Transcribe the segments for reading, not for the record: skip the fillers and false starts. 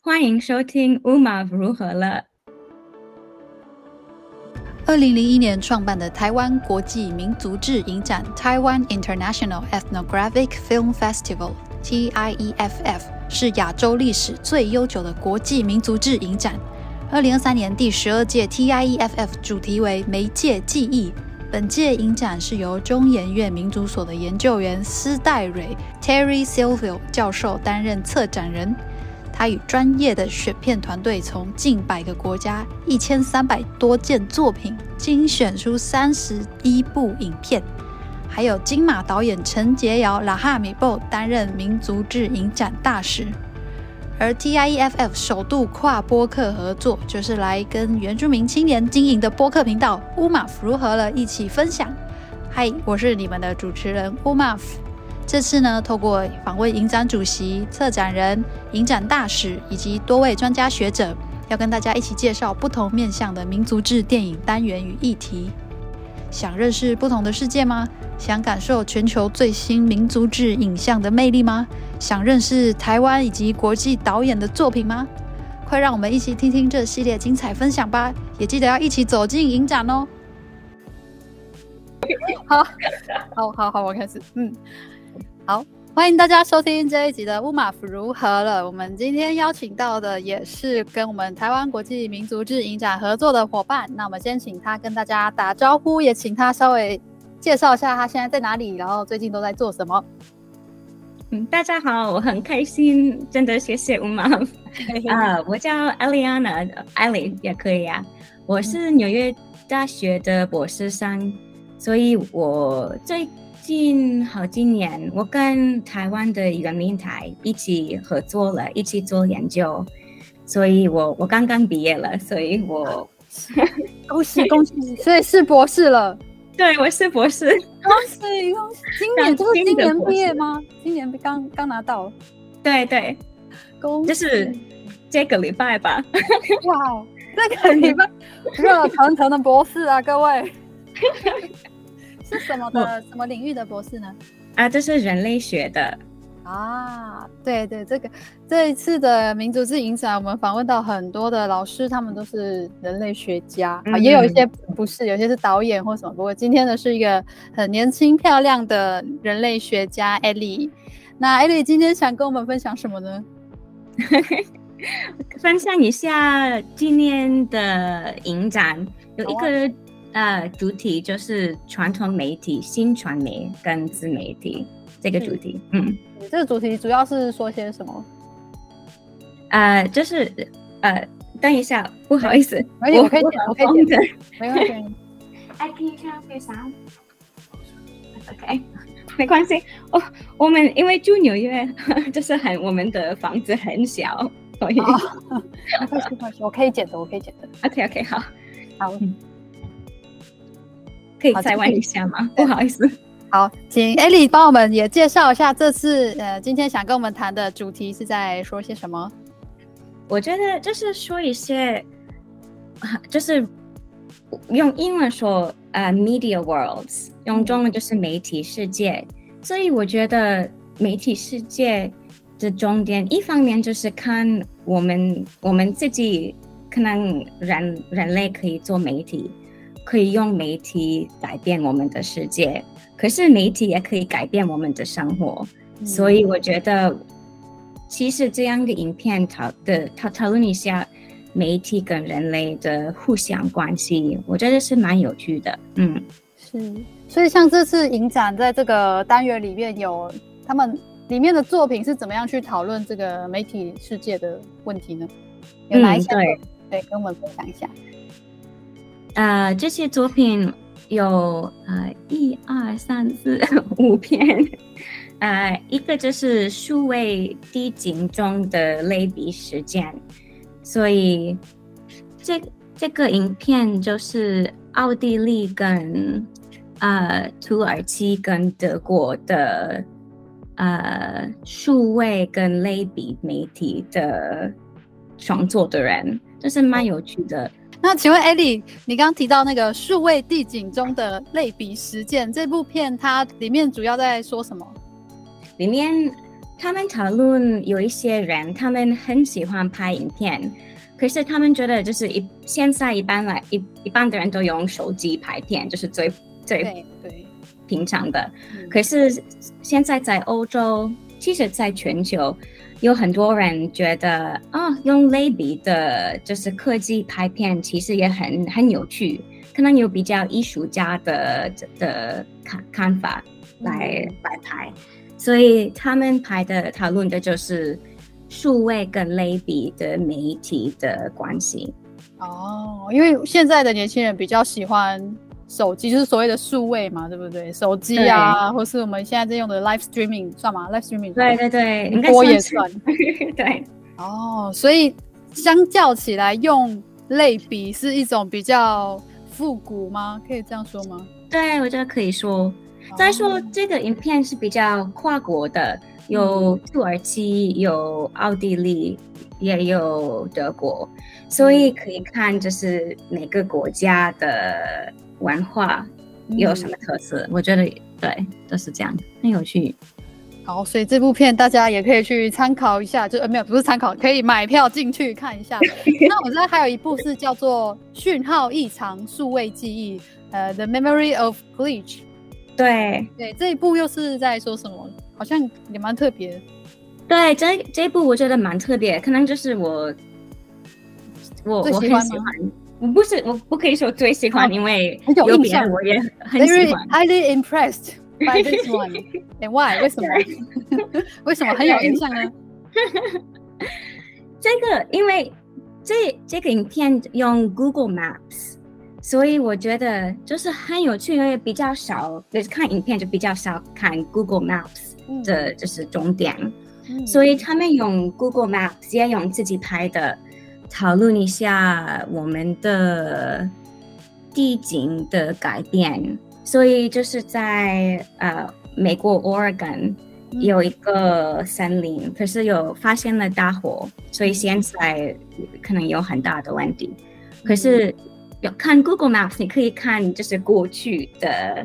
欢迎收听乌马如何了。 2001年创办的台湾国际民族志影展 Taiwan International Ethnographic Film Festival TIEFF 是亚洲历史最悠久的国际民族志影展。2023年第12届 TIEFF 主题为媒介记忆。本届影展是由中研院民族所的研究员施代蕊 Terry Silvio 教授担任策展人。他与专业的选片团队从近100个国家1300多件作品精选出31部影片，还有金马导演陈洁瑶拉哈米布担任民族志影展大使。而 TIEFF 首度跨播客合作，就是来跟原住民青年经营的播客频道乌马夫如何了一起分享。嗨，我是你们的主持人乌马夫。这次呢，透过访问影展主席、策展人、影展大使以及多位专家学者，要跟大家一起介绍不同面向的民族志电影单元与议题。想认识不同的世界吗？想感受全球最新民族志影像的魅力吗？想认识台湾以及国际导演的作品吗？快让我们一起听听这系列精彩分享吧！也记得要一起走进影展哦。好，我开始。好，欢迎大家收听这一集的乌马夫如何了。我们今天邀请到的也是跟我们台湾国际民族志影展合作的伙伴。那我们先请他跟大家打招呼，也请他稍微介绍一下他现在在哪里，然后最近都在做什么。 大家好，我很开心，真的谢谢乌马。我叫 Eliana， Ellie 也可以啊。我是纽约大学的博士生，所以我最近好几年，我跟台湾的人民台一起合作了，一起做研究，所以我刚刚毕业了，所以我恭喜，所以是博士了。 对，我是博士。 恭喜！今年毕业吗？今年刚拿到。 对， 恭喜！ 就是这个礼拜吧。 哇，这个礼拜热腾腾的博士啊，各位。是什么领域的博士呢？ 这是人类学的。 对，这一次的民族志影展，我们访问到很多的老师，他们都是人类学家，也有一些不是，有些是导演或什么。不过今天的是一个很年轻漂亮的人类学家 Ellie。那 Ellie 今天想跟我们分享什么呢？ 分享一下今年的影展有一个主题，就是传统媒体、新传媒跟自媒体这个主题。 这个主题主要是说些什么？ 就是等一下，不好意思， 我可以剪，没关系。 Can you turn off your sound? OK， 没关系。我们因为住纽约，就是我们的房子很小，所以没关系，我可以剪的。 OK， 好。可以再问一下吗？不好意思。 好，请 Ellie 帮我们也介绍一下这次今天想跟我们谈的主题是在说些什么？ 我觉得就是说一些，就是用英文说media worlds， 用中文就是媒体世界。所以我觉得媒体世界的重点，一方面就是看我们自己，可能人类可以做媒体，可以用媒体改变我们的世界，可是媒体也可以改变我们的生活。所以我觉得其实这样的影片讨论一下媒体跟人类的互相关系，我觉得是蛮有趣的。 是，所以像这次影展在这个单元里面有他们里面的作品是怎么样去讨论这个媒体世界的问题呢？有哪一些？对，跟我们分享一下。 这些作品有1、2、3、4、5篇。一个就是数位地景中的类比实践，所以这个影片就是奥地利跟土耳其跟德国的数位跟类比媒体的创作的人，就是蛮有趣的。 那请问 Ellie， 你刚刚提到那个数位地景中的类比实践这部片，它里面主要在说什么？ 里面他们讨论有一些人，他们很喜欢拍影片，可是他们觉得就是现在一般的人都用手机拍片，就是最对平常的。可是现在在欧洲，其实在全球有很多人觉得用类比的就是科技拍片其实也很有趣，可能有比较艺术家的看法来拍，所以他们讨论的就是数位跟类比的媒体的关系。 因为现在的年轻人比较喜欢手机，就是所谓的数位嘛，对不对？手机啊，或是我们现在在用的 live streaming 算吗 ？live streaming 对，应该播也算。 对。 所以相较起来，用类比是一种比较复古吗？可以这样说吗？ 对，我觉得可以说。再说这个影片是比较跨国的，有土耳其，有奥地利，也有德国，所以可以看就是每个国家的文化有什么特色。我觉得对，都是这样，很有趣。 好，所以这部片大家也可以去参考一下，没有，不是参考，可以买票进去看一下。那我知道还有一部是叫做《讯号异常：数位记忆》，The Memory of Glitch。对，这一部又是在说什么？好像也蛮特别的。 对，这一部我觉得蛮特别，可能就是我很喜欢。我不可以说最喜欢，因为有别人我也很喜欢。 Highly impressed by this one. And why? 为什么？为什么很有印象呢？ 因为这个影片用 Google Maps。所以我觉得就是很有趣，因为比较少看影片，就比较少看 Google Maps 的就是终点，所以他们用 Google Maps 也用自己拍的，讨论一下我们的地景的改变。所以就是在美国 Oregon 有一个森林，可是有发现了大火，所以现在可能有很大的问题。可是有看 Google Maps， 你可以看就是过去的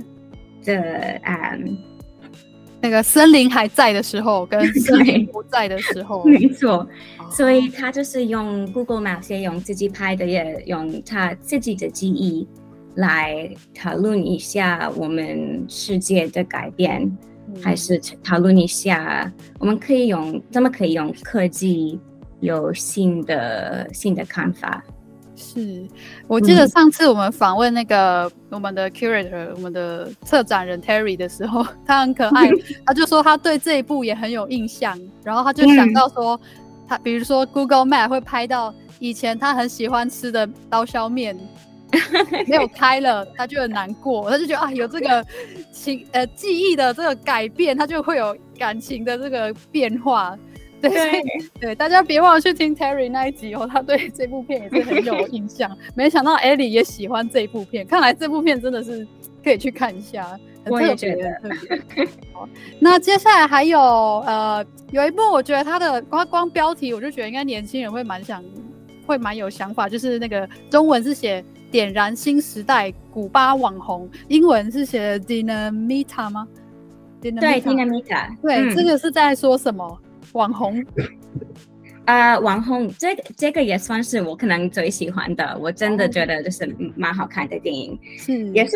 那个森林还在的时候跟森林不在的时候。 没错，所以他就是用 Google Maps， 也用自己拍的，也用他自己的记忆来讨论一下我们世界的改变，还是讨论一下我们怎么可以用科技有新的看法。 是，我记得上次我们访问那个我们的 curator， 我们的策展人 Terry 的时候，他很可爱，他就说他对这一部也很有印象，然后他就想到说，他比如说 Google Map 会拍到以前他很喜欢吃的刀削面没有开了，他就很难过，他就觉得有这个记忆的这个改变，他就会有感情的这个变化。对，大家别忘了去听 Terry 那一集哦，他对这部片也是很有印象。没想到 Ellie 也喜欢这部片，看来这部片真的是可以去看一下，很特别。好，那接下来还有有一部，我觉得它的光标题我就觉得应该年轻人会蛮有想法，就是那个中文是写点燃新时代古巴网红，英文是写 Dinamita 吗？ 对 Dinamita。 对，这个是在说什么？网红网红这个也算是我可能最喜欢的，我真的觉得就是蛮好看的电影，也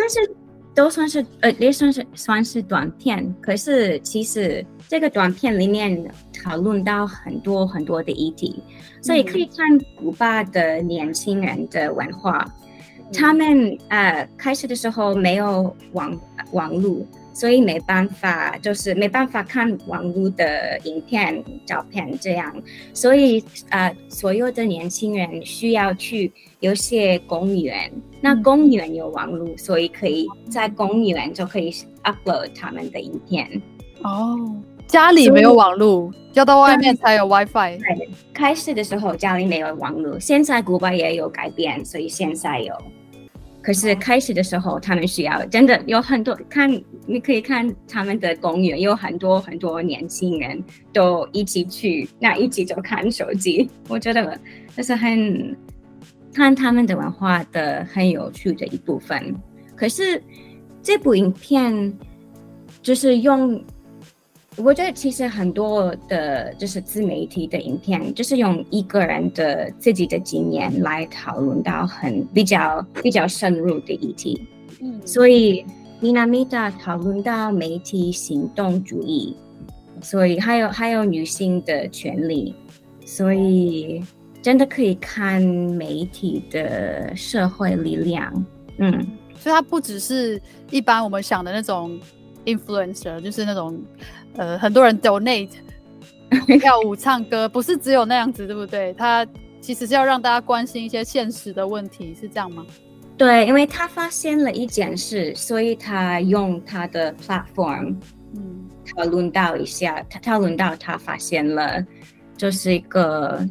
算是短片，可是其实这个短片里面讨论到很多很多的议题，所以可以看古巴的年轻人的文化，他们开始的时候没有网路，所以没办法看网络的影片、照片这样，所以所有的年轻人需要去有些公园，那公园有网络，所以可以在公园就可以 upload 他们的影片。 家里没有网络，要到外面才有 WiFi。 对，开始的时候家里没有网络，现在古巴也有改变，所以现在有。可是开始的时候他们需要真的有很多你可以看他们的公园，有很多很多年轻人都一起去，那一起就看手机，我觉得这是看他们的文化的很有趣的一部分。可是这部影片就是用我觉得其实很多的就是自媒体的影片，就是用一个人的自己的经验来讨论到比较深入的议题。所以Dinamita 讨论到媒体行动主义，所以还有女性的权利，所以真的可以看媒体的社会力量。 所以它不只是一般我们想的那种 influencer， 就是那种很多人 donate 跳舞唱歌，不是只有那样子，对不对？它其实是要让大家关心一些现实的问题，是这样吗？ 对，因为他发现了一件事，所以他用他的 platform 讨论到一下，讨论到他发现了就是一个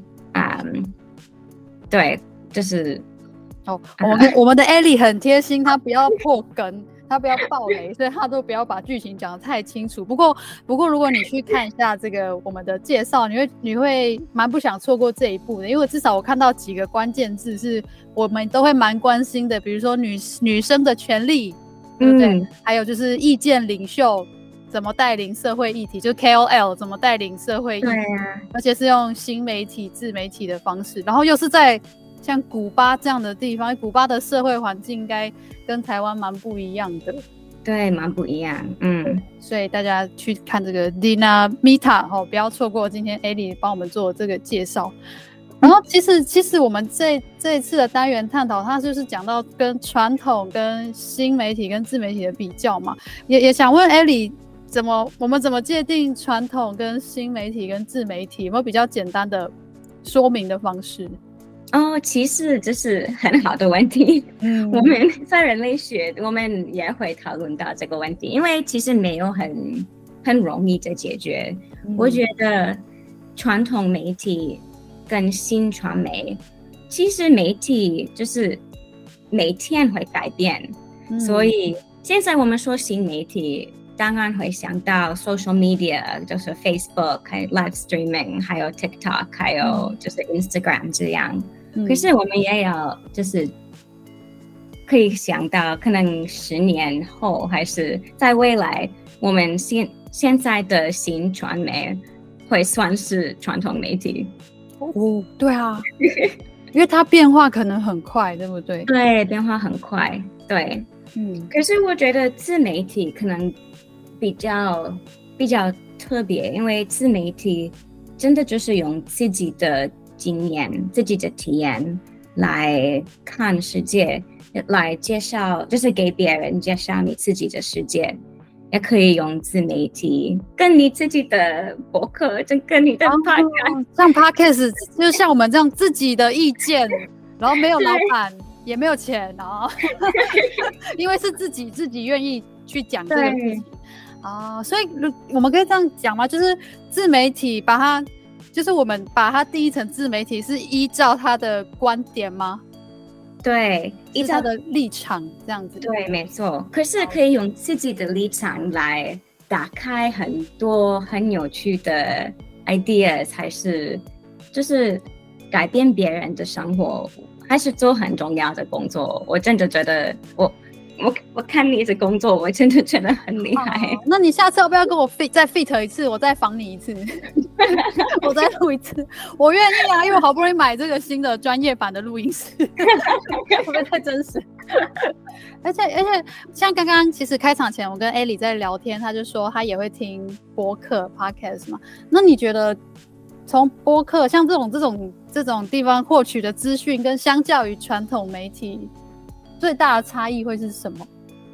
对，就是我们的 Ellie 很贴心，她不要破梗，她不要爆雷，所以她都不要把剧情讲得太清楚。不过如果你去看一下这个我们的介绍，你会蛮不想错过这一部的，因为至少我看到几个关键字是我们都会蛮关心的，比如说女生的权利，对不对？还有就是意见领袖怎么带领社会议题，就 KOL 怎么带领社会议题，而且是用新媒体自媒体的方式，然后又是在像古巴这样的地方，古巴的社会环境应该跟台湾蛮不一样的。 对，蛮不一样。 所以大家去看这个 Dinamita，不要错过今天 Ellie 帮我们做这个介绍。然后其实我们这一次的单元探讨，它就是讲到跟传统、跟新媒体、跟自媒体的比较嘛，也想问 Ellie，我们怎么界定传统、跟新媒体、跟自媒体？有没有比较简单的说明的方式？ 其实这是很好的问题。我们在人类学，我们也会讨论到这个问题，因为其实没有很容易的解决。我觉得传统媒体跟新传媒，其实媒体就是每天会改变，所以现在我们说新媒体，当然会想到 social media， 就是 Facebook， 还有 live streaming， 还有 TikTok， 还有就是 Instagram 这样。可是我们也有就是可以想到，可能10年后还是在未来，我们现在的新传媒会算是传统媒体。 对啊，因为它变化可能很快，对不对？ 对，变化很快，对。可是我觉得自媒体可能比较特别，因为自媒体真的就是用自己的经验、自己的体验来看世界，来介绍，就是给别人介绍你自己的世界。也可以用自媒体跟你自己的博客，就跟你的 podcast， 像 podcast 就像我们这样自己的意见，然后没有老板也没有钱，然后因为是自己愿意去讲这个事情所以我们可以这样讲吗？就是自媒体就是我们把它定义成自媒体，是依照他的观点吗？ 对， 依照他的立场这样子。 对，没错。可是可以用自己的立场来打开很多很有趣的 ideas， 还是就是改变别人的生活，还是做很重要的工作。我真的觉得我看你的工作，我真的觉得很厉害。 那你下次要不要跟我再 fit 一次，我再访你一次，我再录一次？我愿意啊，因为我好不容易买这个新的专业版的录音室，会不会太真实？而且像刚刚其实开场前我跟 Ellie 在聊天，他就说他也会听播客 podcast 嘛。那你觉得从播客像这种地方获取的资讯，跟相较于传统媒体最大的差异会是什么？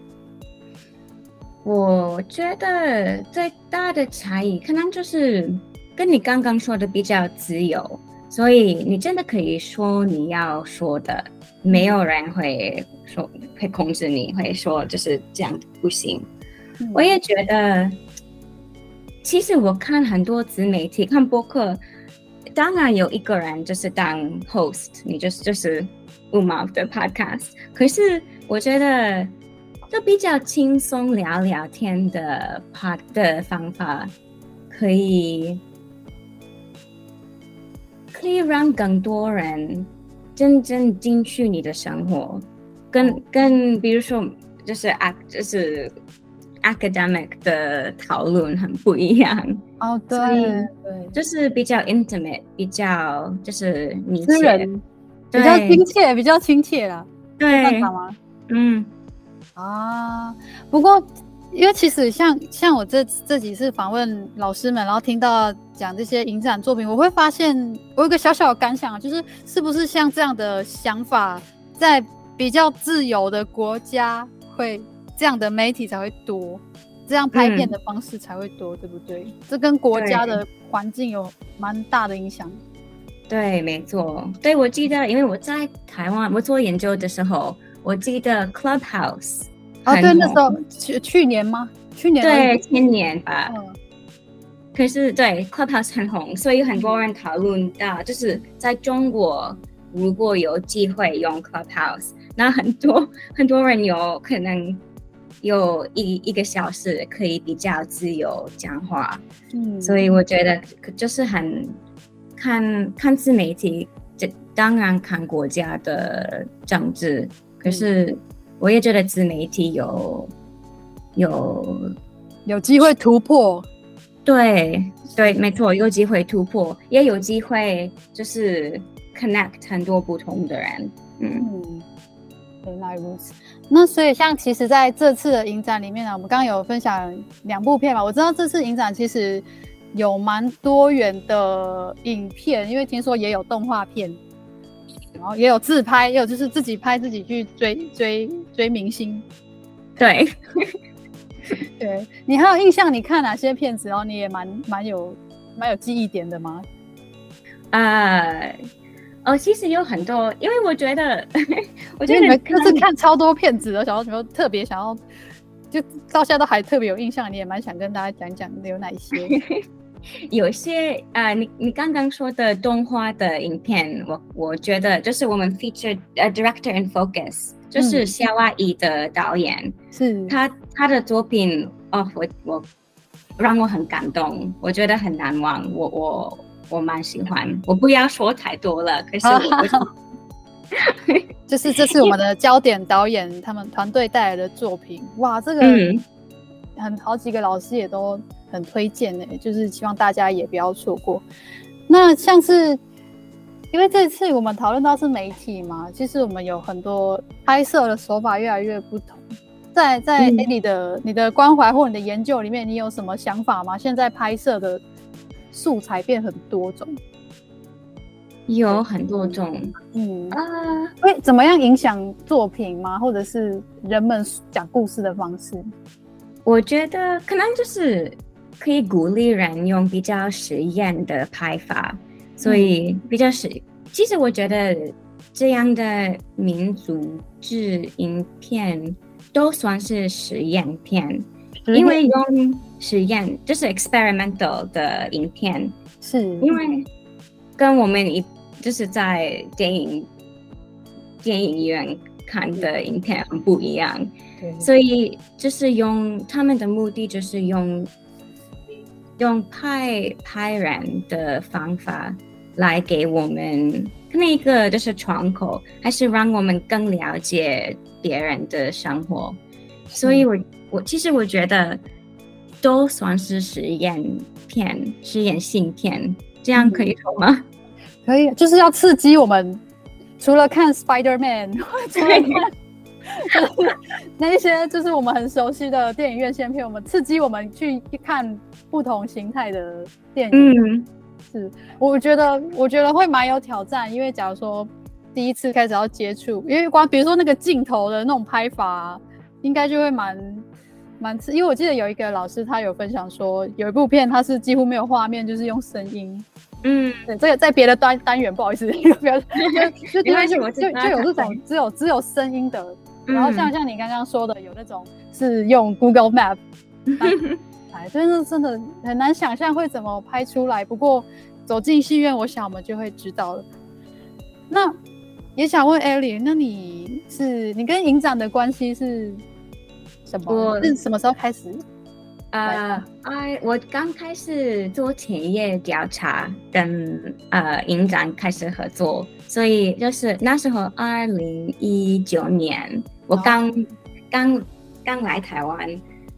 我觉得最大的差异可能就是跟你刚刚说的比较自由，所以你真的可以说你要说的，没有人会控制你，会说就是这样不行。我也觉得，其实我看很多自媒体看播客，当然有一个人就是当 host， 你就是五毛的 podcast， 可是我觉得就比较轻松聊聊天的方法，可以让更多人真正进去你的生活，跟比如说就是 academic 的讨论很不一样。 哦，对对， 就是比较 intimate， 比较就是密切， 私人，比较亲切啦。 对， 办法吗？不过因为其实像我这几次访问老师们，然后听到讲这些影展作品，我会发现我有个小小的感想，就是是不是像这样的想法，在比较自由的国家，会这样的媒体才会多，这样拍片的方式才会多，对不对？这跟国家的环境有蛮大的影响。 对，没错。对，我记得，因为我在台湾，我做研究的时候，我记得 Clubhouse。 对，那时候去年吗？去年对，前年吧。可是对 Clubhouse 很红，所以很多人讨论到，就是在中国如果有机会用 Clubhouse， 那很多人有可能有一个小时可以比较自由讲话。所以我觉得就是很看自媒体，当然看国家的政治，可是我也觉得自媒体有机会突破。 对，没错，有机会突破，也有机会就是 connect 很多不同的人。 原来如此。那所以像其实在这次的影展里面呢，我们刚刚有分享2部片嘛，我知道这次影展其实有蛮多元的影片，因为听说也有动画片，然后也有自拍，也有就是自己拍自己去追明星。 对对，你还有印象你看哪些片子，然后你也蛮有记忆点的吗？ 其实有很多，因为我觉得你们就是看超多片子的，想要特别想要，就到现在都还特别有印象，你也蛮想跟大家讲讲有哪一些。 有些你刚刚说的动画的影片，我觉得就是我们 featured director in focus， 就是夏娃伊的导演， 是他的作品我让我很感动，我觉得很难忘，我蛮喜欢。我不要说太多了，可是就是这是我们的焦点导演他们团队带来的作品。哇，这个好几个老师也都很推荐的，就是希望大家也不要错过。那像是因为这次我们讨论到是媒体嘛，其实我们有很多拍摄的手法越来越不同。在你的关怀或你的研究里面，你有什么想法吗？现在拍摄的素材变很多种， 有很多种， 会怎么样影响作品吗？或者是人们讲故事的方式？ 我觉得可能就是可以鼓励人用比较实验的拍法，所以比较其实我觉得这样的民族志影片都算是实验片，因为用实验就是 experimental 的影片， 是因为跟我们就是在电影院看的影片很不一样，所以就是他们的目的就是用拍人的方法来给我们那个就是窗口，还是让我们更了解别人的生活。所以其实我觉得都算是实验性片，这样可以说吗？ 可以，就是要刺激我们，除了看 Spider-Man， 除了看那一些就是我们很熟悉的电影院线片，我们刺激我们去看不同形态的电影。是，我觉得会蛮有挑战，因为假如说第一次开始要接触，因为比如说那个镜头的那种拍法，应该就会蛮，因为我记得有一个老师他有分享说，有一部片它是几乎没有画面，就是用声音。对，这个在别的单元不好意思，不要就有这种只有声音的，然后像你刚刚说的，有那种是用 Google Map， 真的很难想象会怎么拍出来。不过走进戏院，我想我们就会知道了。那也想问 Ellie， 那你跟影展的关系是什么？是什么时候开始？ 我刚开始做田野调查，跟影展开始合作，所以就是那时候2019年，我刚来台湾，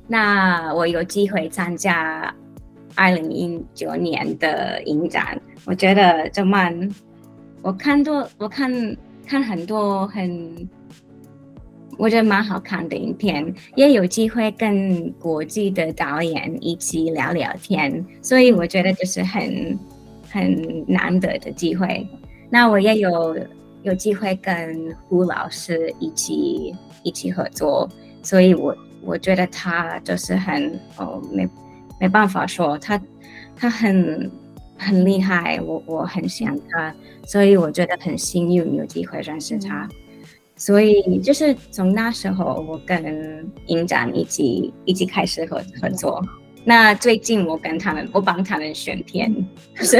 那我有机会参加2019年的影展，我觉得我看很多我觉得蛮好看的影片，也有机会跟国际的导演一起聊聊天，所以我觉得就是很难得的机会。那我也有机会跟胡老师一起合作，所以我觉得他就是没办法说他很厉害，我很喜欢他，所以我觉得很幸运有机会认识他。所以就是从那时候，我跟影展一起开始合作。那最近我帮他们选片，就是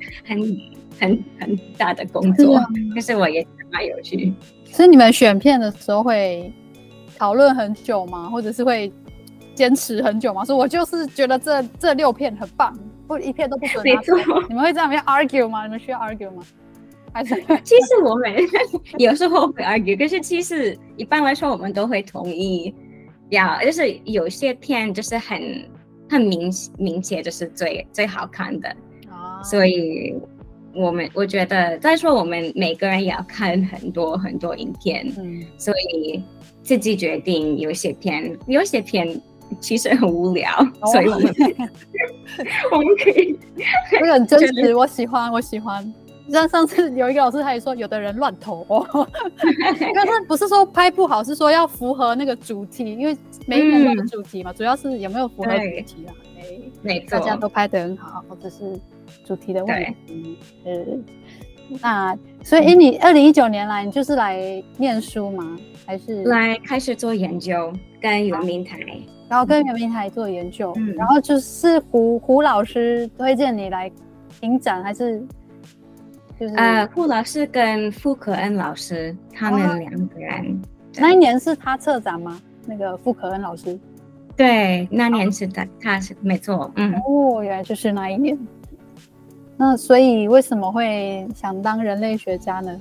很大的工作，可是我也蛮有趣。 所以你们选片的时候会讨论很久吗？或者是会坚持很久吗？说我就是觉得这6片很棒，或一片都不准拿走。你们会这样要 argue 吗？你们需要 argue 吗？ 其实我们有时候会 argue， 可是其实一般来说我们都会同意，就是有些片就是很明显就是最好看的，所以我觉得再说我们每个人也要看很多影片，所以自己决定有些片其实很无聊，所以我们可以这个很真实，我喜欢。像上次有一个老师他也说有的人乱投因为他不是说拍不好，是说要符合那个主题，因为每一个人都有主题嘛，主要是有没有符合主题啊？ 没错， 大家都拍得很好，或者是主题的问题。那所以你2019年来你就是来念书吗？还是来开始做研究，跟圆明台， 然后跟圆明台做研究，然后就是胡老师推荐你来影展，还是？就是胡老师跟傅可恩老师他们2个人， 那一年是他策展吗？那个傅可恩老师？ 对，那年是他是没错， 原来就是那一年。那所以为什么会想当人类学家呢？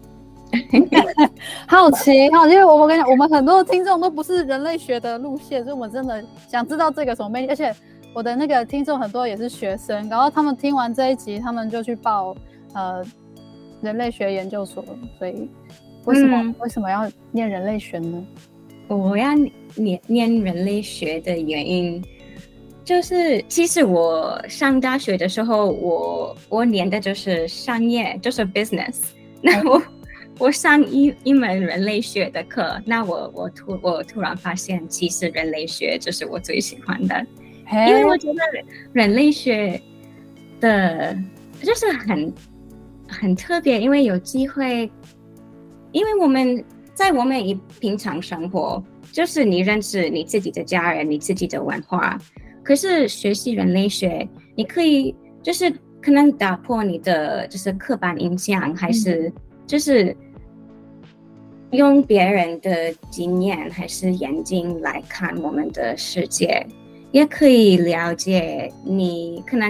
好奇，因为我跟你讲，我们很多听众都不是人类学的路线，所以我们真的想知道这个什么魅力。而且我的那个听众很多也是学生，然后他们听完这一集，他们就去报人类学研究所，所以为什么要念人类学呢？ 我要念人类学的原因，就是其实我上大学的时候，我念的就是商业，就是 business。那我上一门人类学的课，那我突然发现，其实人类学就是我最喜欢的，因为我觉得人类学的就是很特别，因为有机会，因为我们平常生活，就是你认识你自己的家人，你自己的文化。可是学习人类学，你可以就是可能打破你的就是刻板印象，还是就是用别人的经验还是眼睛来看我们的世界，也可以了解你可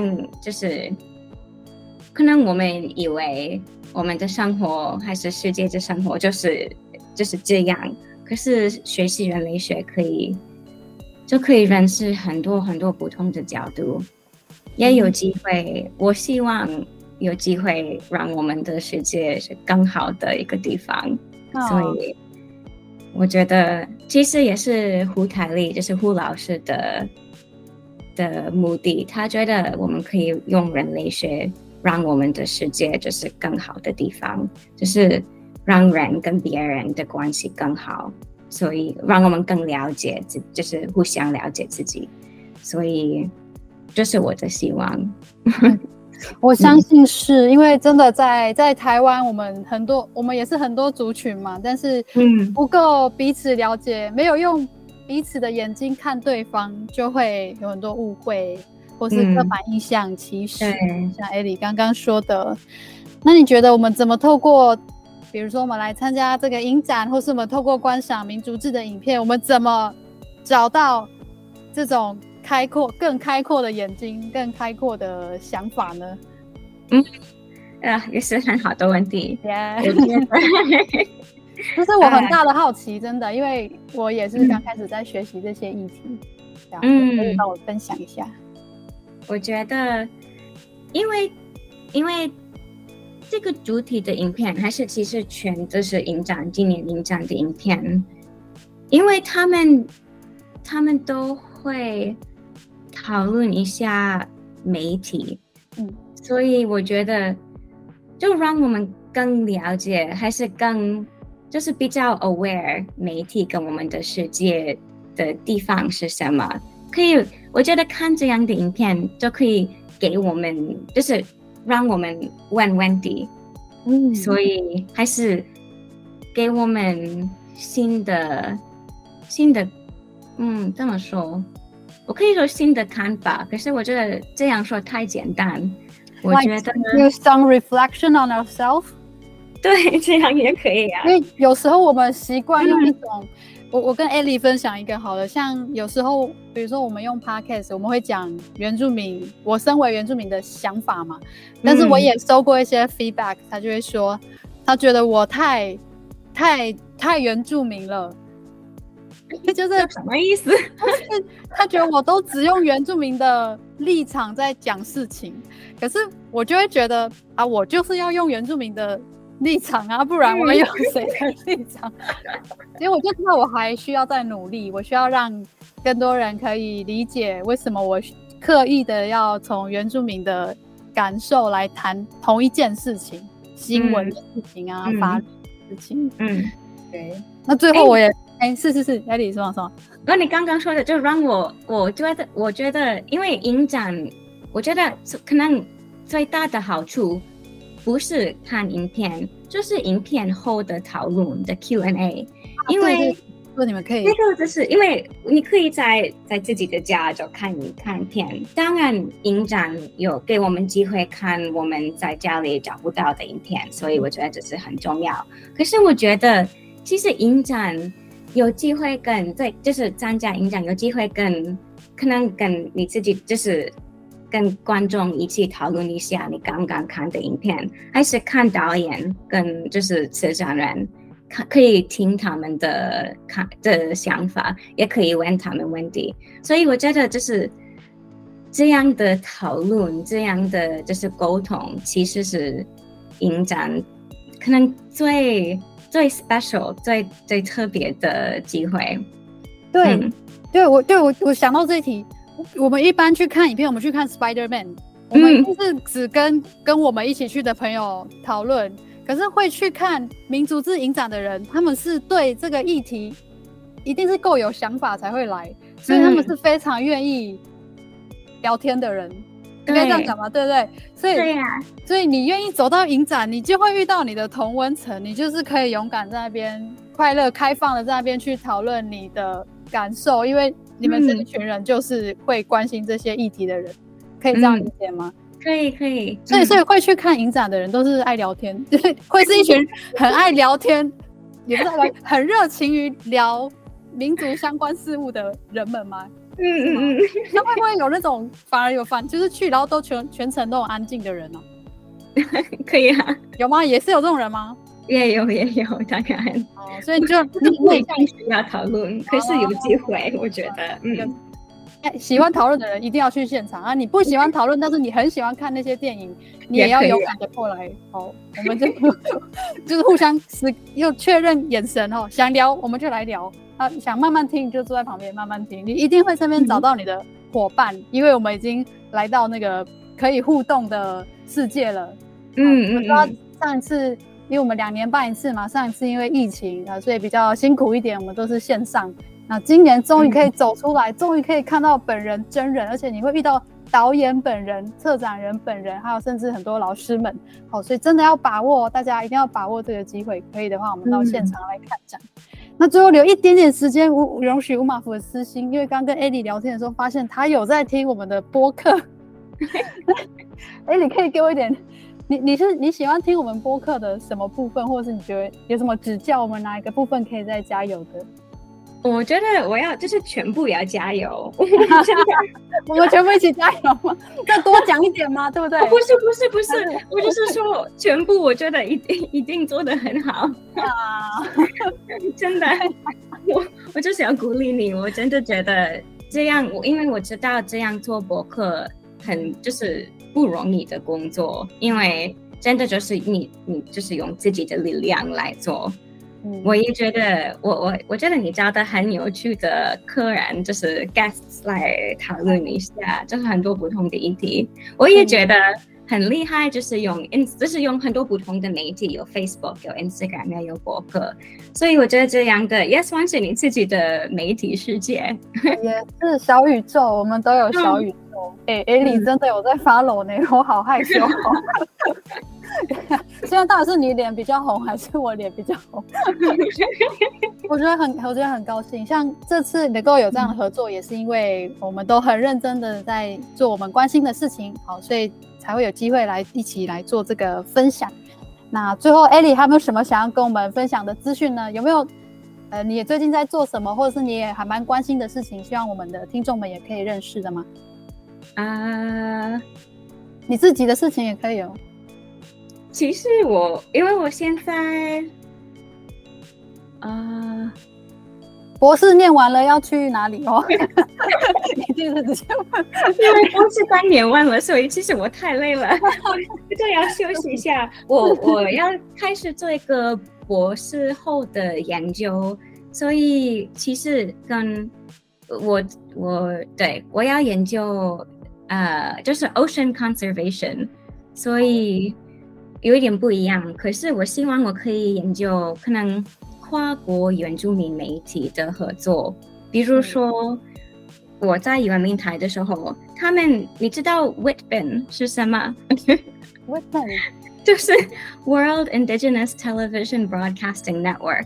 能我们以为我们的生活还是世界的生活就是这样，可是学习人类学就可以认识很多不同的角度，也有机会，我希望有机会让我们的世界是更好的一个地方，所以我觉得其实也是胡台丽，就是胡老师的目的，他觉得我们可以用人类学让我们的世界就是更好的地方，就是让人跟别人的关系更好，所以让我们更了解就是互相了解自己，所以这是我的希望。 我相信是因为真的在台湾，我们也是很多族群嘛，但是不够彼此了解，没有用彼此的眼睛看对方，就会有很多误会或是刻板印象、歧视，像艾莉刚刚说的。那你觉得我们怎么透过，比如说我们来参加这个影展，或是我们透过观赏民族志的影片，我们怎么找到这种更开阔的眼睛，更开阔的想法呢？ 也是很好的问题。 这是我很大的好奇，真的，因为我也是刚开始在学习这些议题。 可以帮我分享一下？ 我觉得因为这个主题的影片还是其实全都是今年影展的影片，因为他们都会讨论一下媒体，所以我觉得就让我们更了解，还是更就是比较 aware 媒体跟我们的世界的地方是什么。可以，我觉得看这样的影片就可以给我们，就是让我们问问题，所以还是给我们新的，这么说，我可以说新的看法，可是我觉得这样说太简单，我觉得 do some reflection on ourselves， 对，这样也可以啊， 因为有时候我们习惯用一种。我跟 Ellie 分享一个好了，像有时候比如说我们用 podcast 我们会讲原住民，我身为原住民的想法嘛，但是我也收过一些 feedback， 他就会说他觉得我太原住民了，就是什么意思？ 他觉得我都只用原住民的立场在讲事情，可是我就会觉得啊，我就是要用原住民的立场啊，不然我要用谁的立场？所以我就知道我还需要再努力，我需要让更多人可以理解为什么我刻意的要从原住民的感受来谈同一件事情，新闻的事情啊，法律的事情。对。那最后我也，是，Ellie 说。 然后你刚刚说的，就让我觉得，因为影展，我觉得可能最大的好处不是看影片，就是影片后的讨论的 Q&A，因为你们可以那个就是因为你可以在自己的家就看片，当然影展有给我们机会看我们在家里找不到的影片，所以我觉得这是很重要。可是我觉得其实影展有机会就是参加影展有机会可能跟你自己就是跟观众一起讨论一下你刚刚看的影片，还是看导演跟就是策展人，可以听他们的想法，也可以问他们问题。所以我觉得就是这样的讨论，这样的就是沟通，其实是影展可能最 special 最特别的机会。 我想到这一题。我们一般去看影片，我们去看 Spider-Man， 我们一定是只跟我们一起去的朋友讨论。可是会去看民族志影展的人，他们是对这个议题一定是够有想法才会来，所以他们是非常愿意聊天的人。应该这样讲吧，对不对？所以你愿意走到影展，你就会遇到你的同温层，你就是可以勇敢在那边快乐开放的在那边去讨论你的感受，因为你们这一群人就是会关心这些议题的人，可以这样理解吗？ 可以。 所以会去看影展的人都是爱聊天，会是一群很爱聊天，也不是很热情于聊民族相关事物的人们吗？那会不会有那种反而有就是去然后都全程都很安静的人呢？ 可以啊， 有吗？也是有这种人吗？ 也有，当然。 所以就不一定需要讨论，可是有机会，我觉得， 喜欢讨论的人一定要去现场啊！你不喜欢讨论，但是你很喜欢看那些电影，你也要勇敢的过来。好，我们就是互相又确认眼神哦，想聊我们就来聊啊，想慢慢听就坐在旁边慢慢听，你一定会身边找到你的伙伴，因为我们已经来到那个可以互动的世界了。我知道上一次。因为我们2年办一次嘛，上一次因为疫情所以比较辛苦一点，我们都是线上。那今年终于可以走出来，终于可以看到本人真人，而且你会遇到导演本人、策展人本人，还有甚至很多老师们。好，所以真的要把握，大家一定要把握这个机会。可以的话，我们到现场来看展。那最后留一点点时间，容许吴马福的私心，因为刚跟 Ellie 聊天的时候，发现他有在听我们的播客。Ellie 可以给我一点。你喜欢听我们播客的什么部分，或者是你觉得有什么指教我们哪一个部分可以再加油的？ 我觉得我要就是全部也要加油。 我们全部一起加油吗？再多讲一点吗？对不对？ 不是，我就是说全部我觉得一定做得很好啊！真的，我就是要鼓励你，我真的觉得这样，因为我知道这样做博客就是不容易的工作，因为真的就是你就是用自己的力量来做。我也觉得我觉得你找的很有趣的客人，就是 guests 来讨论一下，就是很多不同的议题。我也觉得很厉害，就是用很多不同的媒体，有 Facebook 有 Instagram 也有博客，所以我觉得这样的也算是你自己的媒体世界， 也是小宇宙，我们都有小宇宙。Ellie 真的有在 follow 呢，我好害羞现在到底是你脸比较红还是我脸比较红我觉得很高兴，像这次能够有这样的合作，也是因为我们都很认真的在做我们关心的事情，好，所以才会有机会一起来做这个分享。那最后 Ellie 还有没有什么想要跟我们分享的资讯呢？有没有你也最近在做什么，或者是你也还蛮关心的事情，希望我们的听众们也可以认识的吗？你自己的事情也可以哦。 其实因为我现在博士念完了要去哪里哦？你这是直接问， 因为博士刚念完了，所以其实我太累了，我就要休息一下。我要开始做一个博士后的研究，所以其实跟我要研究就是 ocean conservation， 所以有一点不一样。可是我希望我可以研究可能跨国原住民媒体的合作，比如说我在原民台的时候，你知道 WITBIN 是什么 ？WITBIN 就是 World Indigenous Television Broadcasting Network。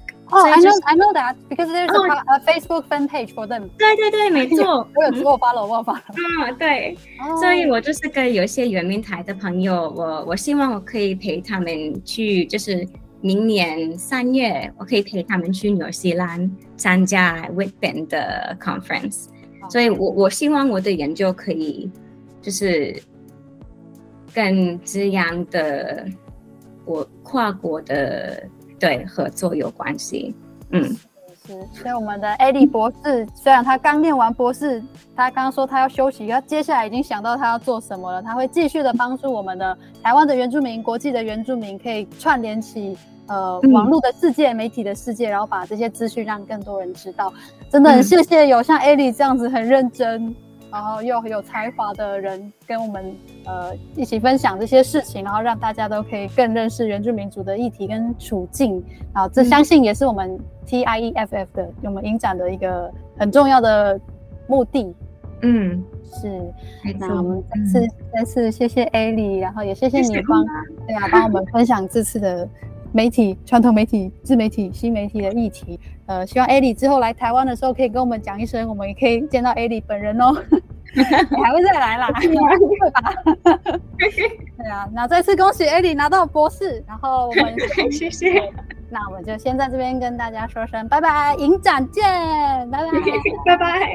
I know that because there's a Facebook fan page for them。 对，没错， 我有 follow。 对，所以我就是跟有些原民台的朋友，我希望我可以陪他们去，就是明年3月，我可以陪他们去纽西兰参加 WITBIN 的 conference。所以我希望我的研究可以就是跟这样的跨国的合作有关系。 所以我们的 Ellie 博士虽然他刚念完博士，他刚刚说他要休息，他接下来已经想到他要做什么了，他会继续的帮助我们的台湾的原住民、国际的原住民可以串联起网络的世界、媒体的世界，然后把这些资讯让更多人知道。真的很谢谢有像 Ellie 这样子很认真然后又有才华的人跟我们一起分享这些事情，然后让大家都可以更认识原住民族的议题跟处境。然后这相信也是我们 TIEFF 的我们影展的一个很重要的目的。是。那我们再次谢谢 Ellie， 然后也谢谢你帮我们分享这次的媒体、传统媒体、自媒体、新媒体的议题。希望 Ellie 之后来台湾的时候可以跟我们讲一声，我们也可以见到 Ellie 本人哦。你还会再来啦？会吧？对啊，那再次恭喜 Ellie 拿到博士，然后我们谢谢。 那我们就先在这边跟大家说声拜拜，影展见，拜拜， 拜拜。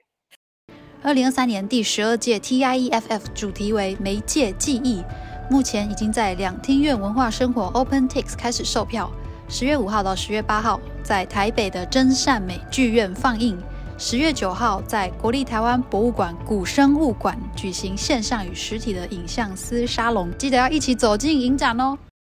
2023年第12届 TIEFF 主题为媒介记忆，目前已经在两厅院文化生活 OpenTix 开始售票，10月5号到10月8号在台北的真善美剧院放映，10月9号在国立台湾博物馆古生物馆举行线上与实体的影像思沙龙，记得要一起走进影展哦。